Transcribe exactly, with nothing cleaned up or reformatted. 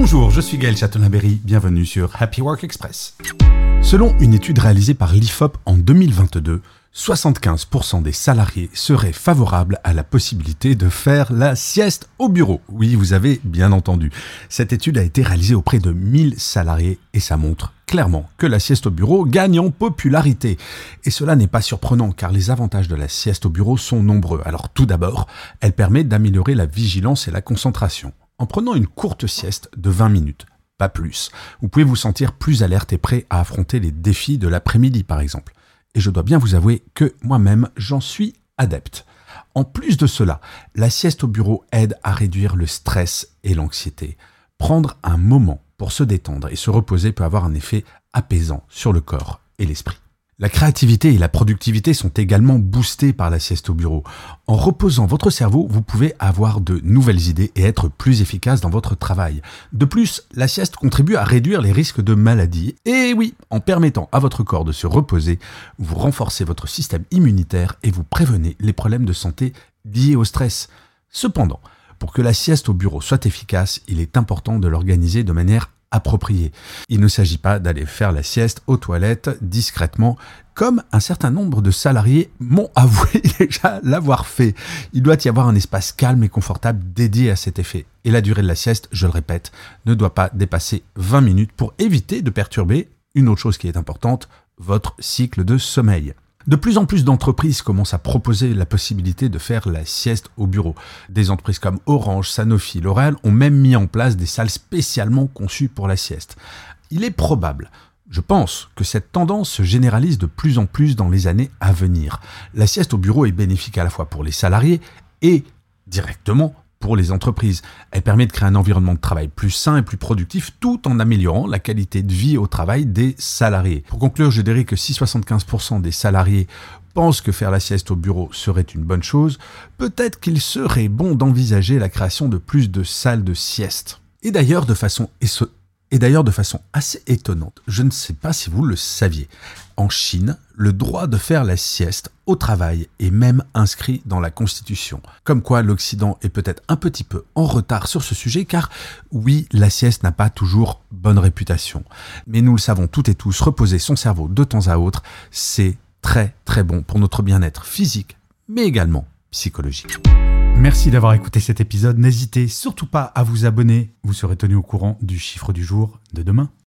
Bonjour, je suis Gaël Chatonaberry, bienvenue sur Happy Work Express. Selon une étude réalisée par l'I F O P en deux mille vingt-deux, soixante-quinze pour cent des salariés seraient favorables à la possibilité de faire la sieste au bureau. Oui, vous avez bien entendu. Cette étude a été réalisée auprès de mille salariés et ça montre clairement que la sieste au bureau gagne en popularité. Et cela n'est pas surprenant car les avantages de la sieste au bureau sont nombreux. Alors tout d'abord, elle permet d'améliorer la vigilance et la concentration. En prenant une courte sieste de vingt minutes, pas plus, vous pouvez vous sentir plus alerte et prêt à affronter les défis de l'après-midi par exemple. Et je dois bien vous avouer que moi-même, j'en suis adepte. En plus de cela, la sieste au bureau aide à réduire le stress et l'anxiété. Prendre un moment pour se détendre et se reposer peut avoir un effet apaisant sur le corps et l'esprit. La créativité et la productivité sont également boostées par la sieste au bureau. En reposant votre cerveau, vous pouvez avoir de nouvelles idées et être plus efficace dans votre travail. De plus, la sieste contribue à réduire les risques de maladie. Et oui, en permettant à votre corps de se reposer, vous renforcez votre système immunitaire et vous prévenez les problèmes de santé liés au stress. Cependant, pour que la sieste au bureau soit efficace, il est important de l'organiser de manière approprié. Il ne s'agit pas d'aller faire la sieste aux toilettes discrètement, comme un certain nombre de salariés m'ont avoué déjà l'avoir fait. Il doit y avoir un espace calme et confortable dédié à cet effet. Et la durée de la sieste, je le répète, ne doit pas dépasser vingt minutes pour éviter de perturber, une autre chose qui est importante, votre cycle de sommeil. De plus en plus d'entreprises commencent à proposer la possibilité de faire la sieste au bureau. Des entreprises comme Orange, Sanofi, L'Oréal ont même mis en place des salles spécialement conçues pour la sieste. Il est probable, je pense, que cette tendance se généralise de plus en plus dans les années à venir. La sieste au bureau est bénéfique à la fois pour les salariés et directement pour les entreprises. Elle permet de créer un environnement de travail plus sain et plus productif tout en améliorant la qualité de vie au travail des salariés. Pour conclure, je dirais que si soixante-quinze pour cent des salariés pensent que faire la sieste au bureau serait une bonne chose, peut-être qu'il serait bon d'envisager la création de plus de salles de sieste. Et d'ailleurs, de façon eso- Et d'ailleurs, de façon assez étonnante, je ne sais pas si vous le saviez, en Chine, le droit de faire la sieste au travail est même inscrit dans la Constitution. Comme quoi, l'Occident est peut-être un petit peu en retard sur ce sujet, car oui, la sieste n'a pas toujours bonne réputation. Mais nous le savons toutes et tous, reposer son cerveau de temps à autre, c'est très très bon pour notre bien-être physique, mais également psychologique. Merci d'avoir écouté cet épisode. N'hésitez surtout pas à vous abonner. Vous serez tenu au courant du chiffre du jour de demain.